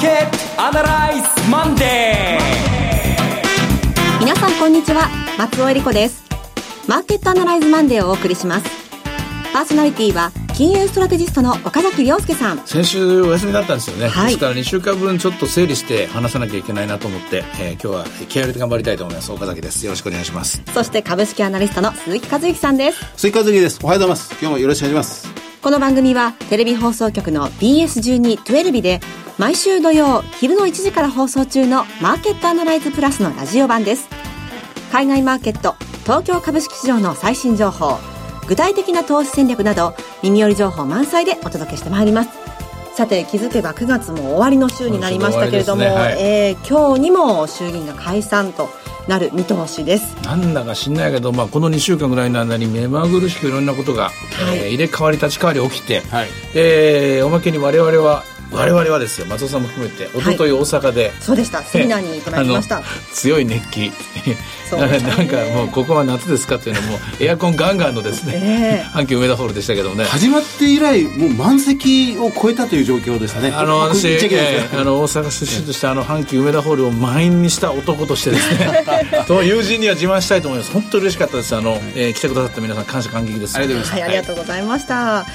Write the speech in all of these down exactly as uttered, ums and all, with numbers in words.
ケットアナライズマンデー。 皆さんこんにちは、松尾恵理子です。マーケットアナライズマンデーをお送りします。パーソナリティは金融ストラテジストの岡崎亮介さん。 先週お休みだったんですよね、 はい、 ですからにしゅうかんぶんちょっと整理して話さなきゃいけないなと思って、えー、今日は気合い入れて頑張りたいと思います。岡崎です。よろしくお願いします。 そして株式アナリストの鈴木和之さんです。 鈴木和之です。おはようございます。今日もよろしくお願いします。 この番組はテレビ放送局の ビーエスじゅうに じゅうに で毎週土曜昼のいちじから放送中のマーケットアナライズプラスのラジオ版です。海外マーケット、東京株式市場の最新情報、具体的な投資戦略など耳寄り情報満載でお届けしてまいります。さて、気づけばくがつも終わりの週になりましたけれども、ね、はい、えー、今日にも衆議院が解散となる見通しです。 なんだか知んないけど、まあ、このにしゅうかんぐらいの間に目まぐるしくいろんなことが、はい、えー、入れ替わり立ち替わり起きて、はい、えー、おまけに我々は我々はですよ、松尾さんも含めて一昨日大阪で、はい、 そうでした、セミナーに行きました。強い熱気なんかもうここは夏ですかっていうのもエアコンガンガンのですね、えー、阪急梅田ホールでしたけどね、 始まって以来もう満席を超えたという状況でしたね。 あの私、えー、あの大阪出身としてあの阪急梅田ホールを満員にした男としてですねと友人には自慢したいと思います。本当に嬉しかったです。あの、えー、来てくださった皆さん感謝感激です。 ありがとうございます。 はい、ありがとうございました。はい、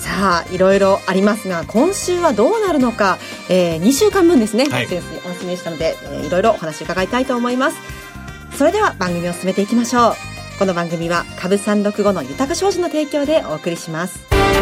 さあいろいろありますが、今週はどうなるのか、えー、にしゅうかんぶんですね、はい、お休みしたので、えー、いろいろお話伺いたいと思います。それでは番組を進めていきましょう。この番組は株さんろくごの豊か商事の提供でお送りします。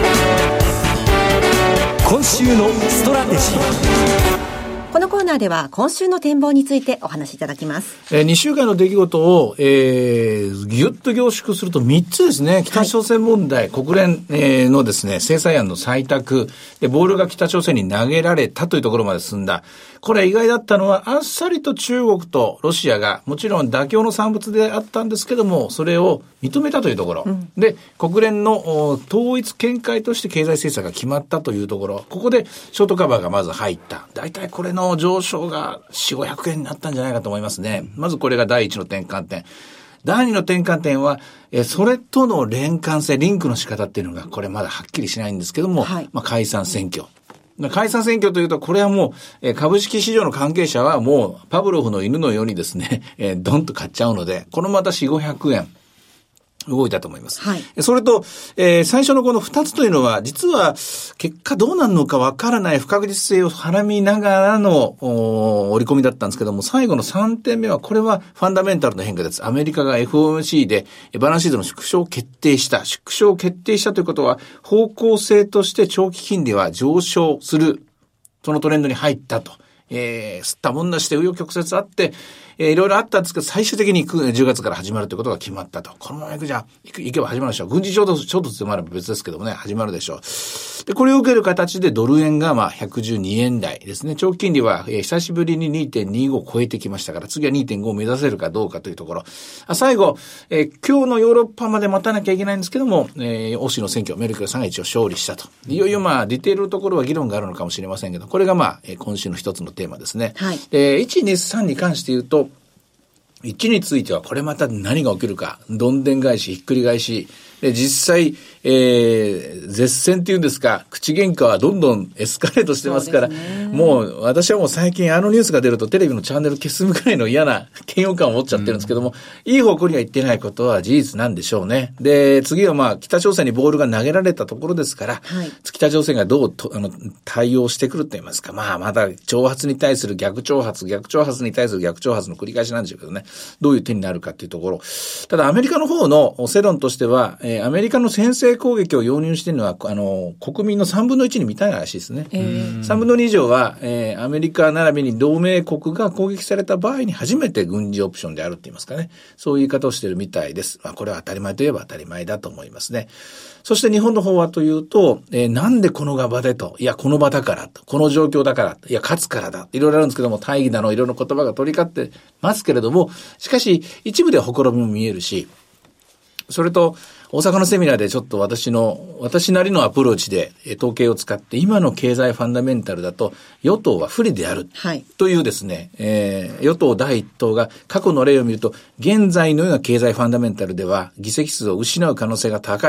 今週のストラテジー。 このコーナーでは今週の展望についてお話しいただきます。 えー、にしゅうかんの出来事を、えー、ぎゅっと凝縮するとみっつですね。北朝鮮問題、はい、国連、えー、のですね、制裁案の採択で、ボールが北朝鮮に投げられたというところまで進んだ。これ意外だったのは、あっさりと中国とロシアが、もちろん妥協の産物であったんですけども、それを認めたというところ。うん、で、国連の統一見解として経済制裁が決まったというところ。ここでショートカバーがまず入った。大体これの上昇がよん、ごひゃくえんになったんじゃないかと思いますね。まずこれが第一の転換点。第二の転換点は、えそれとの連関性、リンクの仕方っていうのが、これまだはっきりしないんですけども、はい、まあ解散選挙。解散選挙というと、これはもう、えー、株式市場の関係者はもう、パブロフの犬のようにですね、えー、ドンと買っちゃうので、このまたよん、ごひゃくえん。動いたと思います。はい。それと、えー、最初のこの二つというのは、実は、結果どうなるのかわからない不確実性をはらみながらの、織り込みだったんですけども、最後のさんてんめは、これはファンダメンタルの変化です。アメリカが エフオーエムシー で、バランスシートの縮小を決定した。縮小を決定したということは、方向性として長期金利は上昇する。そのトレンドに入ったと。えー、吸ったもんだして、紆余曲折あって、えー、いろいろあったんですけど、最終的にじゅうがつから始まるということが決まったと。このまま行くじゃ、行く、行けば始まるでしょう。軍事衝突、衝突でもあれば別ですけどもね、始まるでしょう。で、これを受ける形でドル円がまあひゃくじゅうにえん台ですね。長期金利は、えー、久しぶりに にてんにご を超えてきましたから、次は にてんご を目指せるかどうかというところ。あ、最後、えー、今日のヨーロッパまで待たなきゃいけないんですけども、えー、欧州の選挙、メルケルさんが一応勝利したと。いよいよまあ、ディテールのところは議論があるのかもしれませんけど、これがまあ、えー、今週の一つのテーマですね。はい。で、いち、に、さんに関して言うと、いちについてはこれまた何が起きるか、どんでん返し、ひっくり返し、で、実際、えー、絶戦っていうんですか、口喧嘩はどんどんエスカレートしてますから、もう、私はもう最近あのニュースが出るとテレビのチャンネル消すぐらいの嫌な嫌悪感を持っちゃってるんですけども、うん、いい方向には行ってないことは事実なんでしょうね。で、次はまあ、北朝鮮にボールが投げられたところですから、はい、北朝鮮がどうとあの対応してくると言いますか、まあ、まだ挑発に対する逆挑発、逆挑発に対する逆挑発の繰り返しなんでしょうけどね、どういう手になるかっていうところ。ただ、アメリカの方の世論としては、えー、アメリカの先制攻撃を容認しているのは、あの、国民のさんぶんのいちに満たないらしいですね。さんぶんのに以上は、えー、アメリカ並びに同盟国が攻撃された場合に初めて軍事オプションであるって言いますかね。そういう言い方をしているみたいです。まあ、これは当たり前といえば当たり前だと思いますね。そして日本の方はというと、えー、なんでこの場でと、いや、この場だからと、この状況だからと、いや、勝つからだ。いろいろあるんですけども、大義だの、いろいろな言葉が取り交ってますけれども、しかし、一部ではほころびも見えるし、それと、大阪のセミナーでちょっと私の、私なりのアプローチで統計を使って、今の経済ファンダメンタルだと、与党は不利である。はい。というですね、えー、与党第一党が過去の例を見ると、現在のような経済ファンダメンタルでは、議席数を失う可能性が高いと。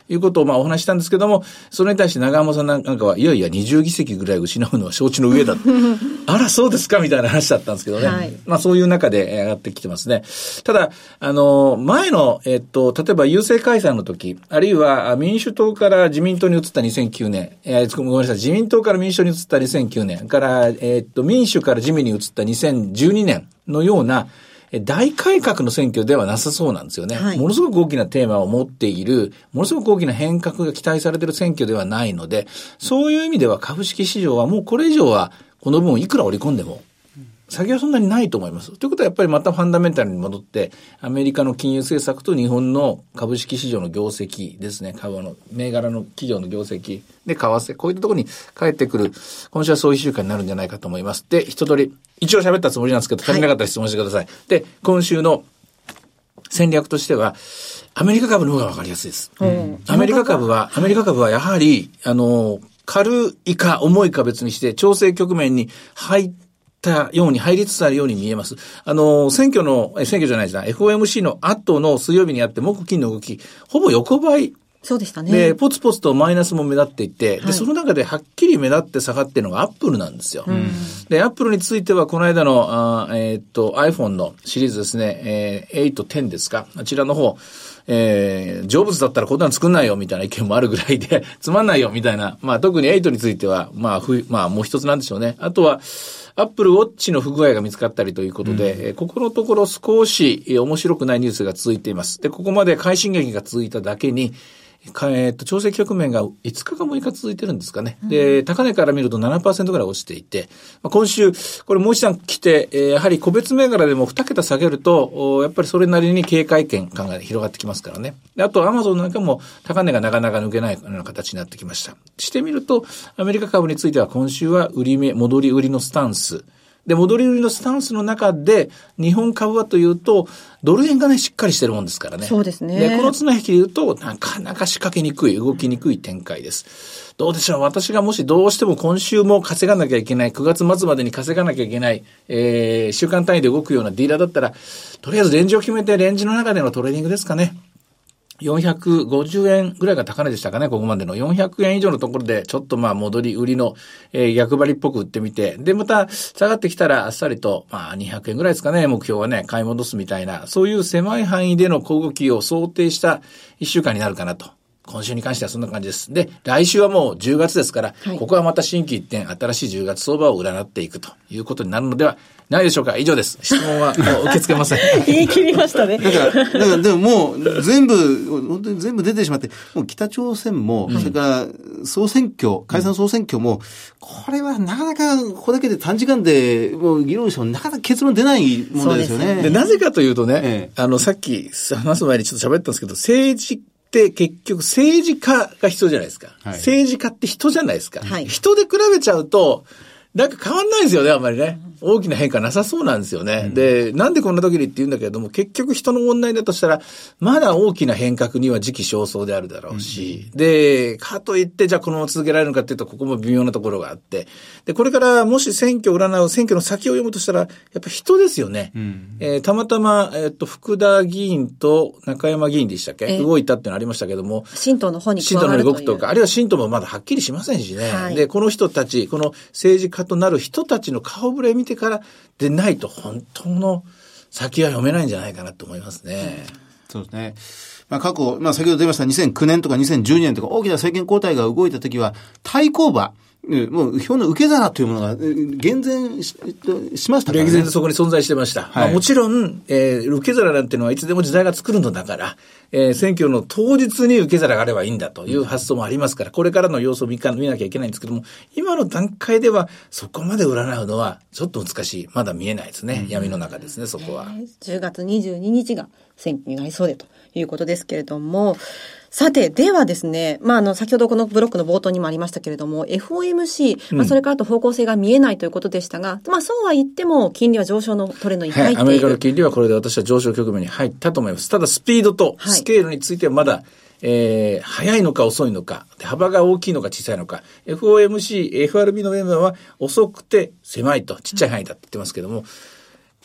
いうことをまあお話したんですけども、それに対して長濱さんなんかは、いやいやにじゅうぎせきぐらい失うのは承知の上だ。あら、そうですかみたいな話だったんですけどね。はい、まあそういう中で上がってきてますね。ただ、あの、前の、えっと、例えば郵政解散の時、あるいは民主党から自民党に移ったにせんきゅうねん、えー、ごめんなさい、自民党から民主党に移ったにせんきゅうねんから、えっと、民主から自民に移ったにせんじゅうにねんのような、大改革の選挙ではなさそうなんですよね、はい。ものすごく大きなテーマを持っている、ものすごく大きな変革が期待されている選挙ではないので、そういう意味では株式市場はもうこれ以上はこの分いくら織り込んでも先はそんなにないと思います。ということはやっぱりまたファンダメンタルに戻って、アメリカの金融政策と日本の株式市場の業績ですね、株の銘柄の企業の業績で為替、こういったところに返ってくる、今週はそういう週間になるんじゃないかと思います。で、一通り、一応喋ったつもりなんですけど、足りなかったら質問してください。はい、で、今週の戦略としては、アメリカ株の方が分かりやすいです。うん、アメリカ株は、アメリカ株はやはり、あの、軽いか重いか別にして、調整局面に入って、たように入りつつあるように見えます。あの、選挙の、選挙じゃないですな、エフオーエムシー の後の水曜日にあって木金の動き、ほぼ横ばい。 そうでしたね。 で、ポツポツとマイナスも目立っていて、はい、で、その中ではっきり目立って下がっているのがアップルなんですよ。うん、で、アップルについては、この間の、あえー、っと、iPhone のシリーズですね、えー、エイト、テンですか、あちらの方、えー、成仏だったらこんなの作んないよみたいな意見もあるぐらいで、つまんないよみたいな、まあ特にエイトについては、まあ、ふまあもう一つなんでしょうね。あとは、アップルウォッチの不具合が見つかったりということで、うん、ここのところ少し面白くないニュースが続いています。で、ここまで快進撃が続いただけに、えっと、調整局面がいつかかむいか続いてるんですかね。で、高値から見ると ななパーセント ぐらい落ちていて、まあ、今週、これもう一段来て、えー、やはり個別銘柄でもに桁下げると、やっぱりそれなりに警戒感が広がってきますからね。であと、アマゾンなんかも高値がなかなか抜けないような形になってきました。してみると、アメリカ株については今週は売り目、戻り売りのスタンス。で、戻り売りのスタンスの中で、日本株はというと、ドル円がね、しっかりしてるもんですからね。 そうですね。 で、この綱引きで言うと、なかなか仕掛けにくい、動きにくい展開です。どうでしょう、私がもしどうしても今週も稼がなきゃいけない、くがつ末までに稼がなきゃいけない、えー、週間単位で動くようなディーラーだったら、とりあえずレンジを決めて、レンジの中でのトレーニングですかね。よんひゃくごじゅうえんぐらいが高値でしたかね、ここまでの。よんひゃくえん以上のところで、ちょっとまあ戻り売りの、えー、逆張りっぽく売ってみて、で、また下がってきたらあっさりと、まあにひゃくえんぐらいですかね、目標はね、買い戻すみたいな、そういう狭い範囲での小動きを想定したいっしゅうかんになるかなと。今週に関してはそんな感じです。で、来週はもうじゅうがつですから、はい、ここはまた新規一転、新しいじゅうがつ相場を占っていくということになるのではないでしょうか。以上です。質問はもう受け付けません。 言い切りましたね。 だから、だからでももう全部、本当に全部出てしまって、もう北朝鮮も、うん、それから総選挙、解散総選挙も、うん、これはなかなかここだけで短時間でもう議論してもなかなか結論出ない問題ですよね。 で、なぜかというとね、ええ、あの、さっき話す前にちょっと喋ったんですけど、政治で結局政治家が必要じゃないですか、はい、政治家って人じゃないですか、はい、人で比べちゃうとなんか変わんないですよね、あんまりね。大きな変化なさそうなんですよね。うん、で、なんでこんな時にって言うんだけれども、結局人の問題だとしたら、まだ大きな変革には時期尚早であるだろうし、うん、で、かといって、じゃあこのまま続けられるのかっていうと、ここも微妙なところがあって、で、これからもし選挙を占う、選挙の先を読むとしたら、やっぱ人ですよね。うん、えー、たまたま、えっと、福田議員と中山議員でしたっけ、えー、動いたっていうのありましたけども、 新党の方に加わるという。 新党の動くとか、あるいは新党もまだはっきりしませんしね。はい、で、この人たち、この政治家となる人たちの顔ぶれ見てからでないと本当の先は読めないんじゃないかなと思いますね。 そうですね。まあ過去、まあ先ほど出ましたにせんきゅうねんとかにせんじゅうにねんとか大きな政権交代が動いたときは対抗馬、もう表の受け皿というものが厳然 し, しましたからね。 歴然とそこに存在してました。はい、まあ、もちろん、えー、受け皿なんていうのはいつでも時代が作るのだから、えー、選挙の当日に受け皿があればいいんだという発想もありますから、これからの様子を見か見なきゃいけないんですけども、今の段階ではそこまで占うのはちょっと難しい。まだ見えないですね。うん、闇の中ですね、そこは。 えー、じゅうがつにじゅうににちが選挙になりそうでということですけれども、さて、ではですね、まあ、あの、先ほどこのブロックの冒頭にもありましたけれども、エフオーエムシー、うん、まあ、それからあと方向性が見えないということでしたが、まあ、そうは言っても、金利は上昇のトレンドに入っている。 はい、アメリカの金利はこれで私は上昇局面に入ったと思います。ただ、スピードとスケールについてはまだ、はい、えー、早いのか遅いのか、幅が大きいのか小さいのか、エフオーエムシー、エフアールビー のメンバーは遅くて狭いと、ちっちゃい範囲だって言ってますけども、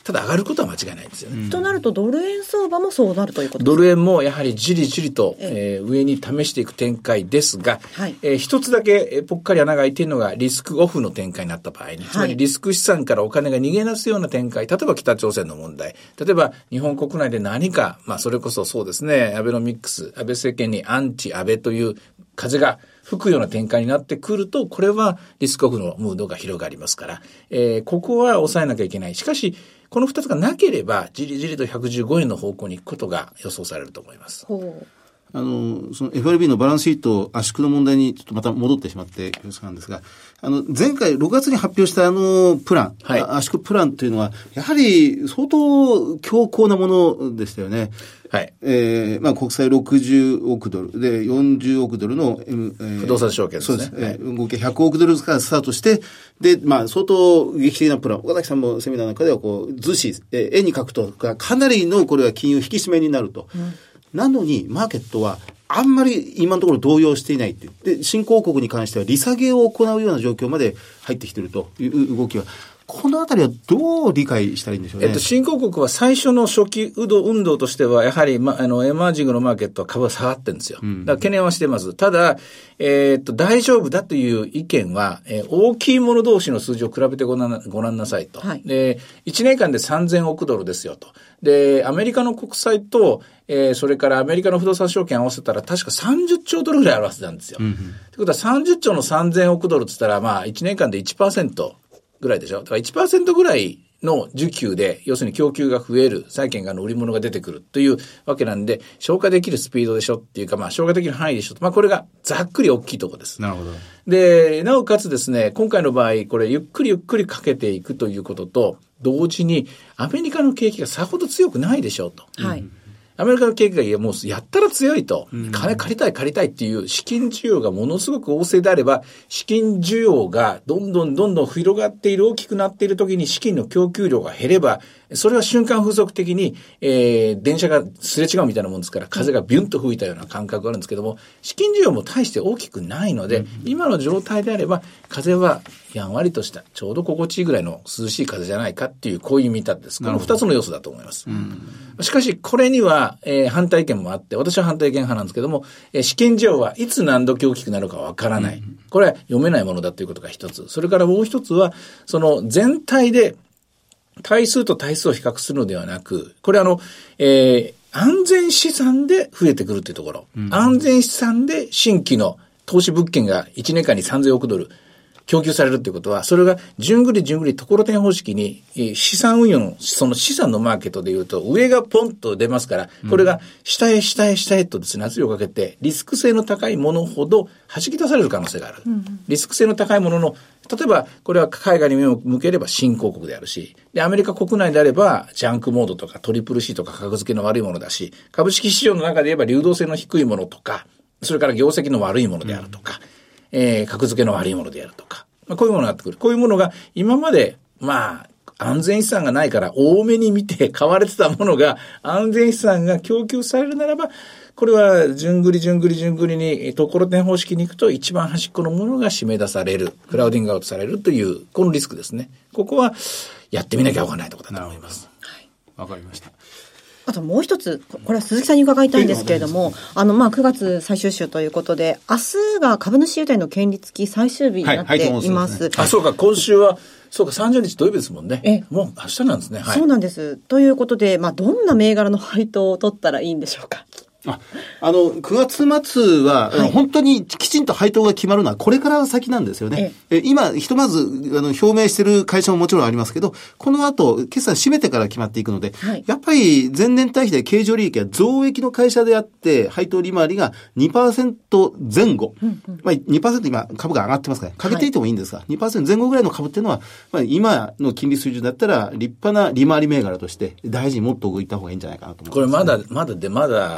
ただ上がることは間違いないんですよね。 となるとドル円相場もそうなるということですか。 ドル円もやはりじりじりと、えー、上に試していく展開ですが、はいえー、一つだけ、えー、ぽっかり穴が開いているのがリスクオフの展開になった場合に、はい、つまりリスク資産からお金が逃げ出すような展開、例えば北朝鮮の問題、例えば日本国内で何か、まあそれこそそうですね、アベノミクス、安倍政権にアンチ安倍という風が吹くような展開になってくると、これはリスクオフのムードが広がりますから、えー、ここは抑えなきゃいけない。しかし、この二つがなければ、じりじりとひゃくじゅうごえんの方向に行くことが予想されると思います。 ほうあの、その エフアールビー のバランスシート圧縮の問題にちょっとまた戻ってしまって恐縮なんですが、あの、前回ろくがつに発表したあのプラン、はい、圧縮プランというのは、やはり相当強硬なものでしたよね。 はい。 えー、まあ国債ろくじゅうおくドルでよんじゅうおくドルの、 えー、不動産証券ですね。 そうです。はい、えー、合計ひゃくおくドルからスタートして、で、まあ相当劇的なプラン、岡崎さんもセミナーの中ではこう、図示、えー、絵に描くとか、かなりのこれは金融引き締めになると。うんなのに、マーケットは、あんまり今のところ動揺していないっていう。で、新興国に関しては利下げを行うような状況まで入ってきているという動きは、このあたりはどう理解したらいいんでしょうね。 えっと、新興国は最初の初期運動運動としては、やはり、ま、あの、エマージングのマーケットは株は下がってるんですよ。うん、だから懸念はしてます。ただ、えー、っと、大丈夫だという意見は、えー、大きいもの同士の数字を比べてご覧な、ご覧なさいと。はい、で、いちねんかんでさんぜんおくドルですよと。で、アメリカの国債と、えー、それからアメリカの不動産証券合わせたら確かさんじゅっちょうドルぐらいあるはずなんですよ。と、うん、いうことはさんじゅっちょうのさんぜんおくドルって言ったら、まあ、いちねんかんで いちパーセント。ぐらいでしょ。だから いちパーセント ぐらいの需給で、要するに供給が増える、債券がの売り物が出てくるというわけなんで、消化できるスピードでしょっていうか、まあ消化できる範囲でしょ。まあこれがざっくり大きいところです。 なるほど。 で、なおかつですね、今回の場合、これゆっくりゆっくりかけていくということと、同時にアメリカの景気がさほど強くないでしょうと。はい。うんアメリカの景気がいやもうやったら強いと、金借りたい借りたいっていう資金需要がものすごく旺盛であれば、資金需要がどんどんどんどん広がっている、大きくなっている時に資金の供給量が減れば、それは瞬間風速的に、えー、電車がすれ違うみたいなもんですから、風がビュンと吹いたような感覚があるんですけども、資金需要も大して大きくないので、うん、今の状態であれば、風はやんわりとした、ちょうど心地いいぐらいの涼しい風じゃないかっていう、こういう見立てです。この二つの要素だと思います。うん、しかし、これには、えー、反対意見もあって、私は反対意見派なんですけども、えー、資金需要はいつ何時大きくなるかわからない。うん、これは読めないものだということが一つ。それからもう一つは、その全体で、対数と対数を比較するのではなく、これあの、えー、安全資産で増えてくるというところ、うん、安全資産で新規の投資物件がいちねんかんにさんぜんおくドル供給されるということは、それが順繰り順繰りところてん方式に資産運用の、その資産のマーケットでいうと上がポンと出ますから、これが下へ下へ下へとですね、圧力をかけて、リスク性の高いものほど弾き出される可能性がある。うん、リスク性の高いものの、例えば、これは海外に目を向ければ新興国であるし、で、アメリカ国内であれば、ジャンクモードとかトリプル C とか格付けの悪いものだし、株式市場の中で言えば流動性の低いものとか、それから業績の悪いものであるとか、うん、えー、格付けの悪いものであるとか、まあ、こういうものがあってくる。こういうものが今まで、まあ、安全資産がないから多めに見て買われてたものが、安全資産が供給されるならば、これは順繰り順繰り順繰りにところてん方式に行くと一番端っこのものが締め出される、クラウディングアウトされるという、このリスクですね。ここはやってみなきゃわからないところだと思います。 はい。わかりました。 あともう一つ、これは鈴木さんに伺いたいんですけれども、あの、まあ、くがつ最終週ということで、明日が株主優待の権利付き最終日になっています。はいはい、 あ、そうか、今週は、そうか、さんじゅうにち土曜日ですもんね。え、もう明日なんですね。はい。 そうなんです。ということで、まあ、どんな銘柄の配当を取ったらいいんでしょうか。 あ、あの、くがつ末は、はい、本当にきちんと配当が決まるのはこれから先なんですよね。ええ今、ひとまず、あの、表明している会社ももちろんありますけど、この後、決算締めてから決まっていくので、はい、やっぱり前年対比で経常利益は増益の会社であって、配当利回りが にパーセント 前後。うんうん、まあ、にパーセント 今株が上がってますから、かけていてもいいんですが、はい、にパーセント 前後ぐらいの株っていうのは、まあ、今の金利水準だったら立派な利回り銘柄として大事に持っておいた方がいいんじゃないかなと思います、ね。 これまだ、まだで、まだ、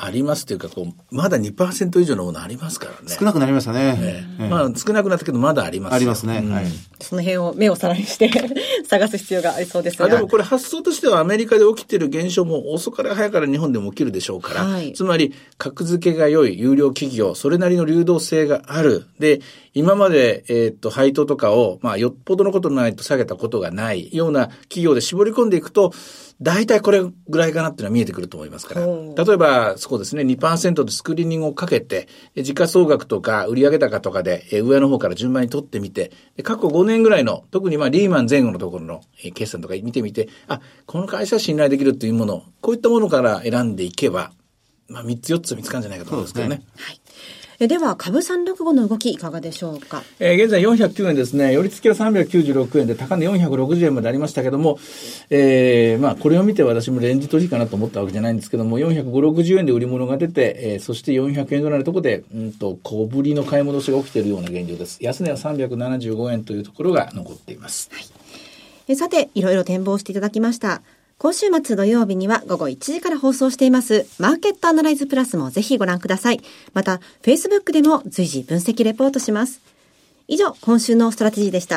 ありますというか、こう、まだ にパーセント 以上のものありますからね。 少なくなりましたね。 ねええ、 まあ、少なくなったけど、まだありますよ。 ありますね。 うん、 はい。 その辺を目をさらにして探す必要がありそうですが。 あでもこれ発想としてはアメリカで起きている現象も遅から早から日本でも起きるでしょうから、はい、つまり格付けが良い有料企業、それなりの流動性がある。で、今まで、えー、っと、配当とかを、まあ、よっぽどのことないと下げたことがないような企業で絞り込んでいくと、大体これぐらいかなっていうのは見えてくると思いますから。例えば、そうですね、にパーセント でスクリーニングをかけて、時価総額とか売上高とかで、上の方から順番に取ってみて、過去ごねんぐらいの、特にまあリーマン前後のところの決算とか見てみて、あ、この会社信頼できるというもの、こういったものから選んでいけば、まあみっつよっつ見つかるんじゃないかと思うんですけどね。 はい。えでは、株さんろくごの動きいかがでしょうか。 えー、現在よんひゃくきゅうえんですね。寄り付きはさんびゃくきゅうじゅうろくえんで、高値よんひゃくろくじゅうえんまでありましたけども、えー、まあ、これを見て私もレンジ取りかなと思ったわけじゃないんですけども、よんひゃくごじゅう、ろくじゅうえんで売り物が出て、えー、そしてよんひゃくえんぐらいのところで、うんと、小ぶりの買い戻しが起きているような現状です。安値はさんびゃくななじゅうごえんというところが残っています。 はい。えさて、いろいろ展望していただきました。今週末土曜日には午後いちじから放送していますマーケットアナライズプラスもぜひご覧ください。また Facebook でも随時分析レポートします。以上、今週のストラテジーでした。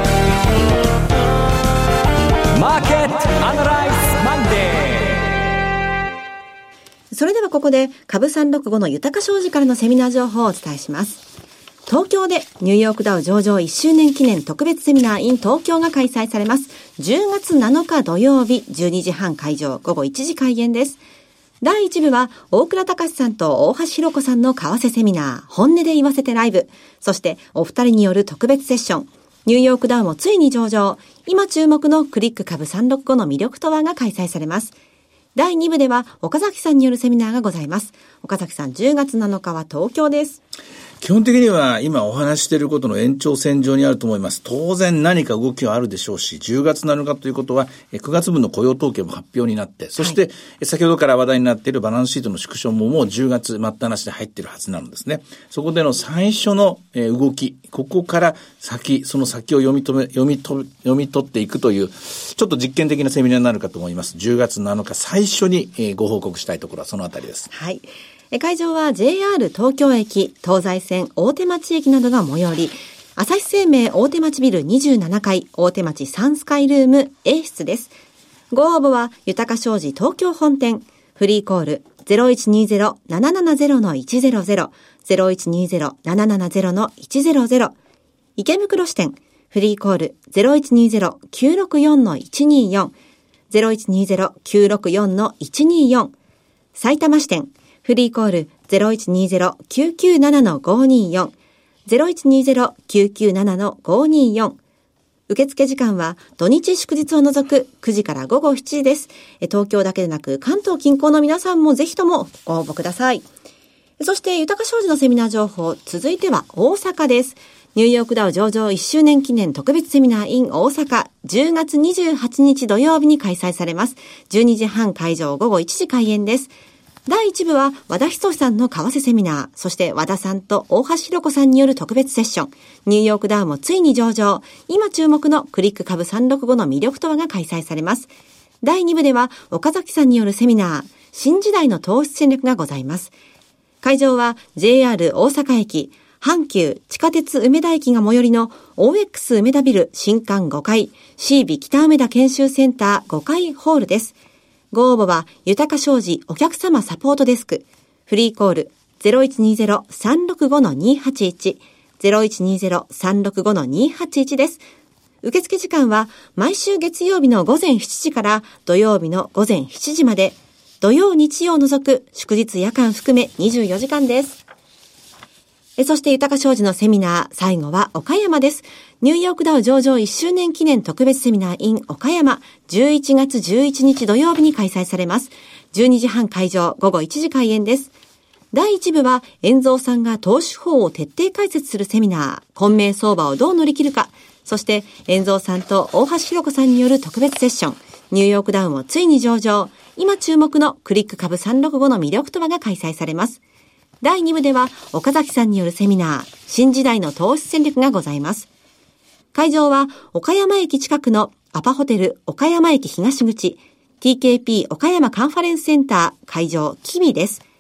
マーケットアナライズマンデー。それではここで株さんろくごの豊か商事からのセミナー情報をお伝えします。東京でニューヨークダウ上場いっしゅうねん記念特別セミナー in 東京が開催されます。じゅうがつなのか土曜日じゅうにじはん会場、午後いちじ開演です。だいいち部は大倉隆さんと大橋ひろ子さんの為替セミナー本音で言わせてライブ、そしてお二人による特別セッション、ニューヨークダウもついに上場、今注目のクリック株さんろくごの魅力とはが開催されます。だいに部では岡崎さんによるセミナーがございます。岡崎さんじゅうがつなのかは東京です。 基本的には今お話していることの延長線上にあると思います。当然何か動きはあるでしょうし、じゅうがつなのかということはくがつぶんの雇用統計も発表になって、そして先ほどから話題になっているバランスシートの縮小ももうじゅうがつ待ったなしで入っているはずなんですね。そこでの最初の動き、ここから先、その先を読み止め、読み取、読み取っていくという、ちょっと実験的なセミナーになるかと思います。じゅうがつなのか最初にご報告したいところはそのあたりです。 はい。会場は ジェイアール 東京駅、東西線大手町駅などが最寄り、朝日生命大手町ビルにじゅうななかい大手町サンスカイルーム A 室です。ご応募は豊か商事東京本店、フリーコール ゼロいちにゼロ ななななゼロ いちゼロゼロ ゼロいちにゼロ ななななゼロ いちゼロゼロ、池袋支店、フリーコール ゼロいちにゼロ きゅうろくよん いちによん ゼロいちにゼロ きゅうろくよん いちによん、埼玉支店、フリーコール ゼロいちにゼロ きゅうきゅうなな ごによん ゼロいちにゼロ きゅうきゅうなな ごによん。受付時間は土日祝日を除くくじから午後しちじです。東京だけでなく関東近郊の皆さんもぜひともご応募ください。そして豊か商事のセミナー情報、続いては大阪です。ニューヨークダウ上場いっしゅうねん記念特別セミナー in 大阪、じゅうがつにじゅうはちにち土曜日に開催されます。じゅうにじはん会場、午後いちじ開演です。だいいち部は和田仁さんの為替セミナー、そして和田さんと大橋ひろ子さんによる特別セッション、ニューヨークダウもついに上場、今注目のクリック株さんろくごの魅力とはが開催されます。だいに部では岡崎さんによるセミナー、新時代の投資戦略がございます。会場は ジェイアール 大阪駅、阪急地下鉄梅田駅が最寄りの オーエックス 梅田ビル新館ごかい、シービー北梅田研修センターごかいホールです。ご応募は豊か商事お客様サポートデスク、フリーコール ゼロいちにゼロ さんろくご にはちいち ゼロいちにゼロ さんろくご にはちいちです。受付時間は毎週月曜日の午前しちじから土曜日の午前しちじまで、土曜日曜を除く祝日夜間含めにじゅうよじかんです。そして豊か商事のセミナー、最後は岡山です。ニューヨークダウ上場いっしゅうねん記念特別セミナー in 岡山、じゅういちがつじゅういちにち土曜日に開催されます。じゅうにじはん会場、午後いちじ開演です。だいいち部は、遠蔵さんが投資法を徹底解説するセミナー、混迷相場をどう乗り切るか、そして、遠蔵さんと大橋ひろ子さんによる特別セッション、ニューヨークダウもついに上場、今注目のクリック株さんろくごの魅力とはが開催されます。だいに部では岡崎さんによるセミナー、新時代の投資戦略がございます。会場は岡山駅近くのアパホテル岡山駅東口、ティーケーピー 岡山カンファレンスセンター会場キビです。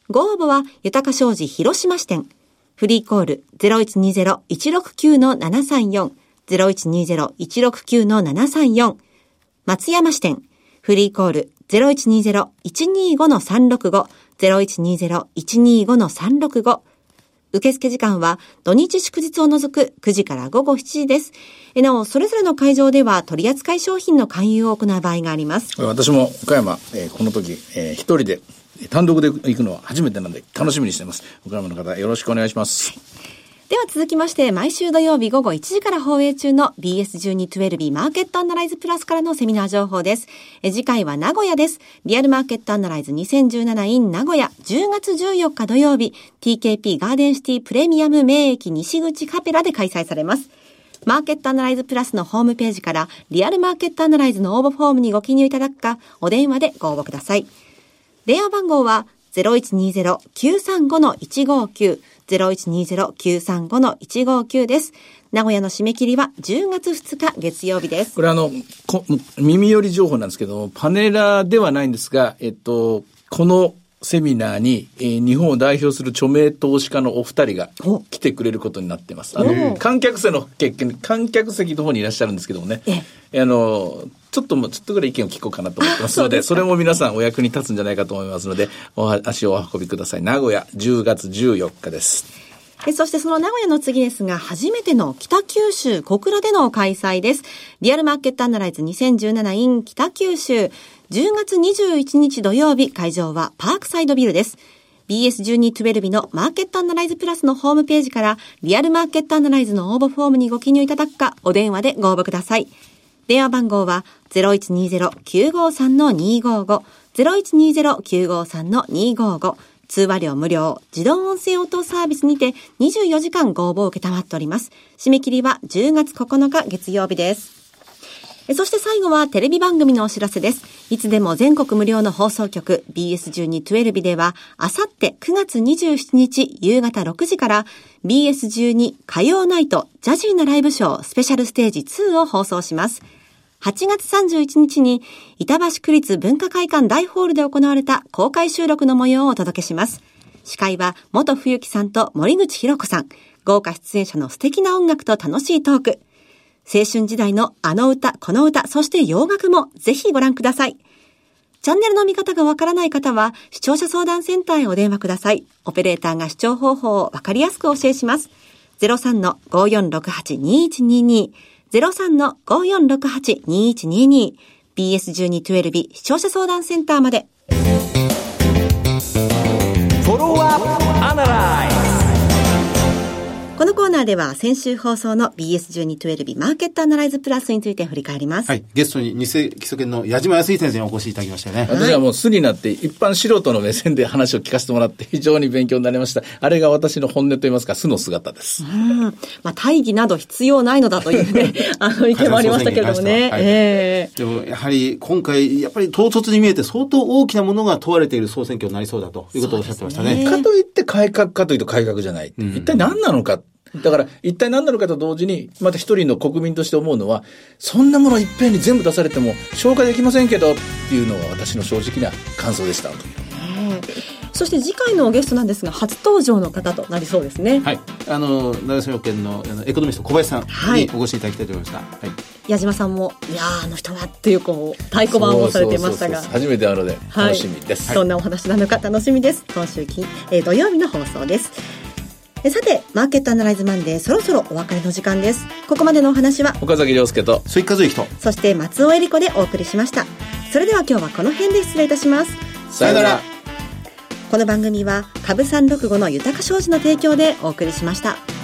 ご応募は豊商事広島支店。フリーコール ゼロいちにゼロ いちろくきゅう ななさんよん ゼロいちにゼロ いちろくきゅう ななさんよん。松山支店。フリーコール ゼロいちにゼロ いちにご さんろくご ゼロいちにゼロ いちにご さんろくご。受付時間は土日祝日を除くくじから午後しちじです。なお、それぞれの会場では取扱い商品の勧誘を行う場合があります。 私も岡山、えー、この時、えー、一人で単独で行くのは初めてなので楽しみにしています。岡山の方よろしくお願いします。はい、 では続きまして、毎週土曜日午後いちじから放映中の ビーエスじゅうにじゅうに マーケットアナライズプラスからのセミナー情報です。え次回は名古屋です。リアルマーケットアナライズにせんじゅうなな in 名古屋じゅうがつじゅうよっか土曜日 ティーケーピー ガーデンシティプレミアム名駅西口カペラで開催されます。マーケットアナライズプラスのホームページからリアルマーケットアナライズの応募フォームにご記入いただくか、お電話でご応募ください。電話番号は ゼロいちにゼロ きゅうさんご いちごきゅう ゼロいちにゼロ きゅうさんご いちごきゅう です。名古屋の締め切りはじゅうがつふつか月曜日です。 これあのこ耳寄り情報なんですけど、パネラーではないんですが、えっとこのセミナーに、えー、日本を代表する著名投資家のお二人が来てくれることになっています。あの観客席の結局観客席の方にいらっしゃるんですけどもね、あのちょっともちょっとぐらい意見を聞こうかなと思ってますので、それも皆さんお役に立つんじゃないかと思いますので、お足をお運びください。名古屋じゅうがつじゅうよっかです。 えそしてその名古屋の次ですが、初めての北九州小倉での開催です。リアルマーケットアナライズにせんじゅうなな in 北九州じゅうがつにじゅういちにち土曜日、会場はパークサイドビルです。ビーエスじゅうにじゅうに のマーケットアナライズプラスのホームページからリアルマーケットアナライズの応募フォームにご記入いただくか、お電話でご応募ください。電話番号は ゼロいちにゼロ きゅうごさん にごご ゼロいちにゼロ きゅうごさん にごご。通話料無料、自動音声応答サービスにてにじゅうよじかんご応募を受けたまっております。締め切りはじゅうがつここのか月曜日です。そして最後はテレビ番組のお知らせです。いつでも全国無料の放送局 ビーエスじゅうにじゅうに では、あさってくがつにじゅうしちにち夕方ろくじから ビーエスじゅうに 火曜ナイトジャジーなライブショースペシャルステージにを放送します。はちがつさんじゅういちにちに板橋区立文化会館大ホールで行われた公開収録の模様をお届けします。司会は元冬木さんと森口博子さん。豪華出演者の素敵な音楽と楽しいトーク。青春時代のあの歌、この歌、そして洋楽もぜひご覧ください。チャンネルの見方がわからない方は視聴者相談センターへお電話ください。オペレーターが視聴方法をわかりやすくお教えします。ゼロさんのごよんろくはちにいちにに ゼロさんのごよんろくはちにいちにに ビーエスじゅうにじゅうに 視聴者相談センターまで。 フォローアップアナライズ。 このコーナーでは先週放送の ビーエスじゅうにじゅうに マーケットアナライズプラスについて振り返ります。 はい。ゲストに偽基礎研の矢島康井先生にお越しいただきましたよね。 私はもう素になって一般素人の目線で話を聞かせてもらって非常に勉強になりました。あれが私の本音といいますか素の姿です。 うん。まあ大義など必要ないのだというね、あの意見もありましたけれどもね。はい、 えー、でもやはり今回やっぱり唐突に見えて相当大きなものが問われている総選挙になりそうだということをおっしゃってましたね。 かといって改革かというと改革じゃない。うん、一体何なのか。だから一体何なのかと同時にまた一人の国民として思うのはそんなものいっぺんに全部出されても消化できませんけどっていうのが私の正直な感想でした。 そして次回のゲストなんですが初登場の方となりそうですね。 はい、あの長島証券のエコノミスト小林さんにお越しいただきたいと思いました。はい、 矢島さんもいやあの人はっていうこう太鼓判をされていましたが、 そうそうそうそう初めてなので楽しみです、 はい、どんなお話なのか楽しみです。今週金、えー、土曜日の放送です。さてマーケットアナライズマンデーそろそろお別れの時間です。ここまでのお話は岡崎亮介と鈴木和之とそして松尾恵理子でお送りしました。それでは今日はこの辺で失礼いたします。 さよなら。 この番組は株さんろくごの豊か商事の提供でお送りしました。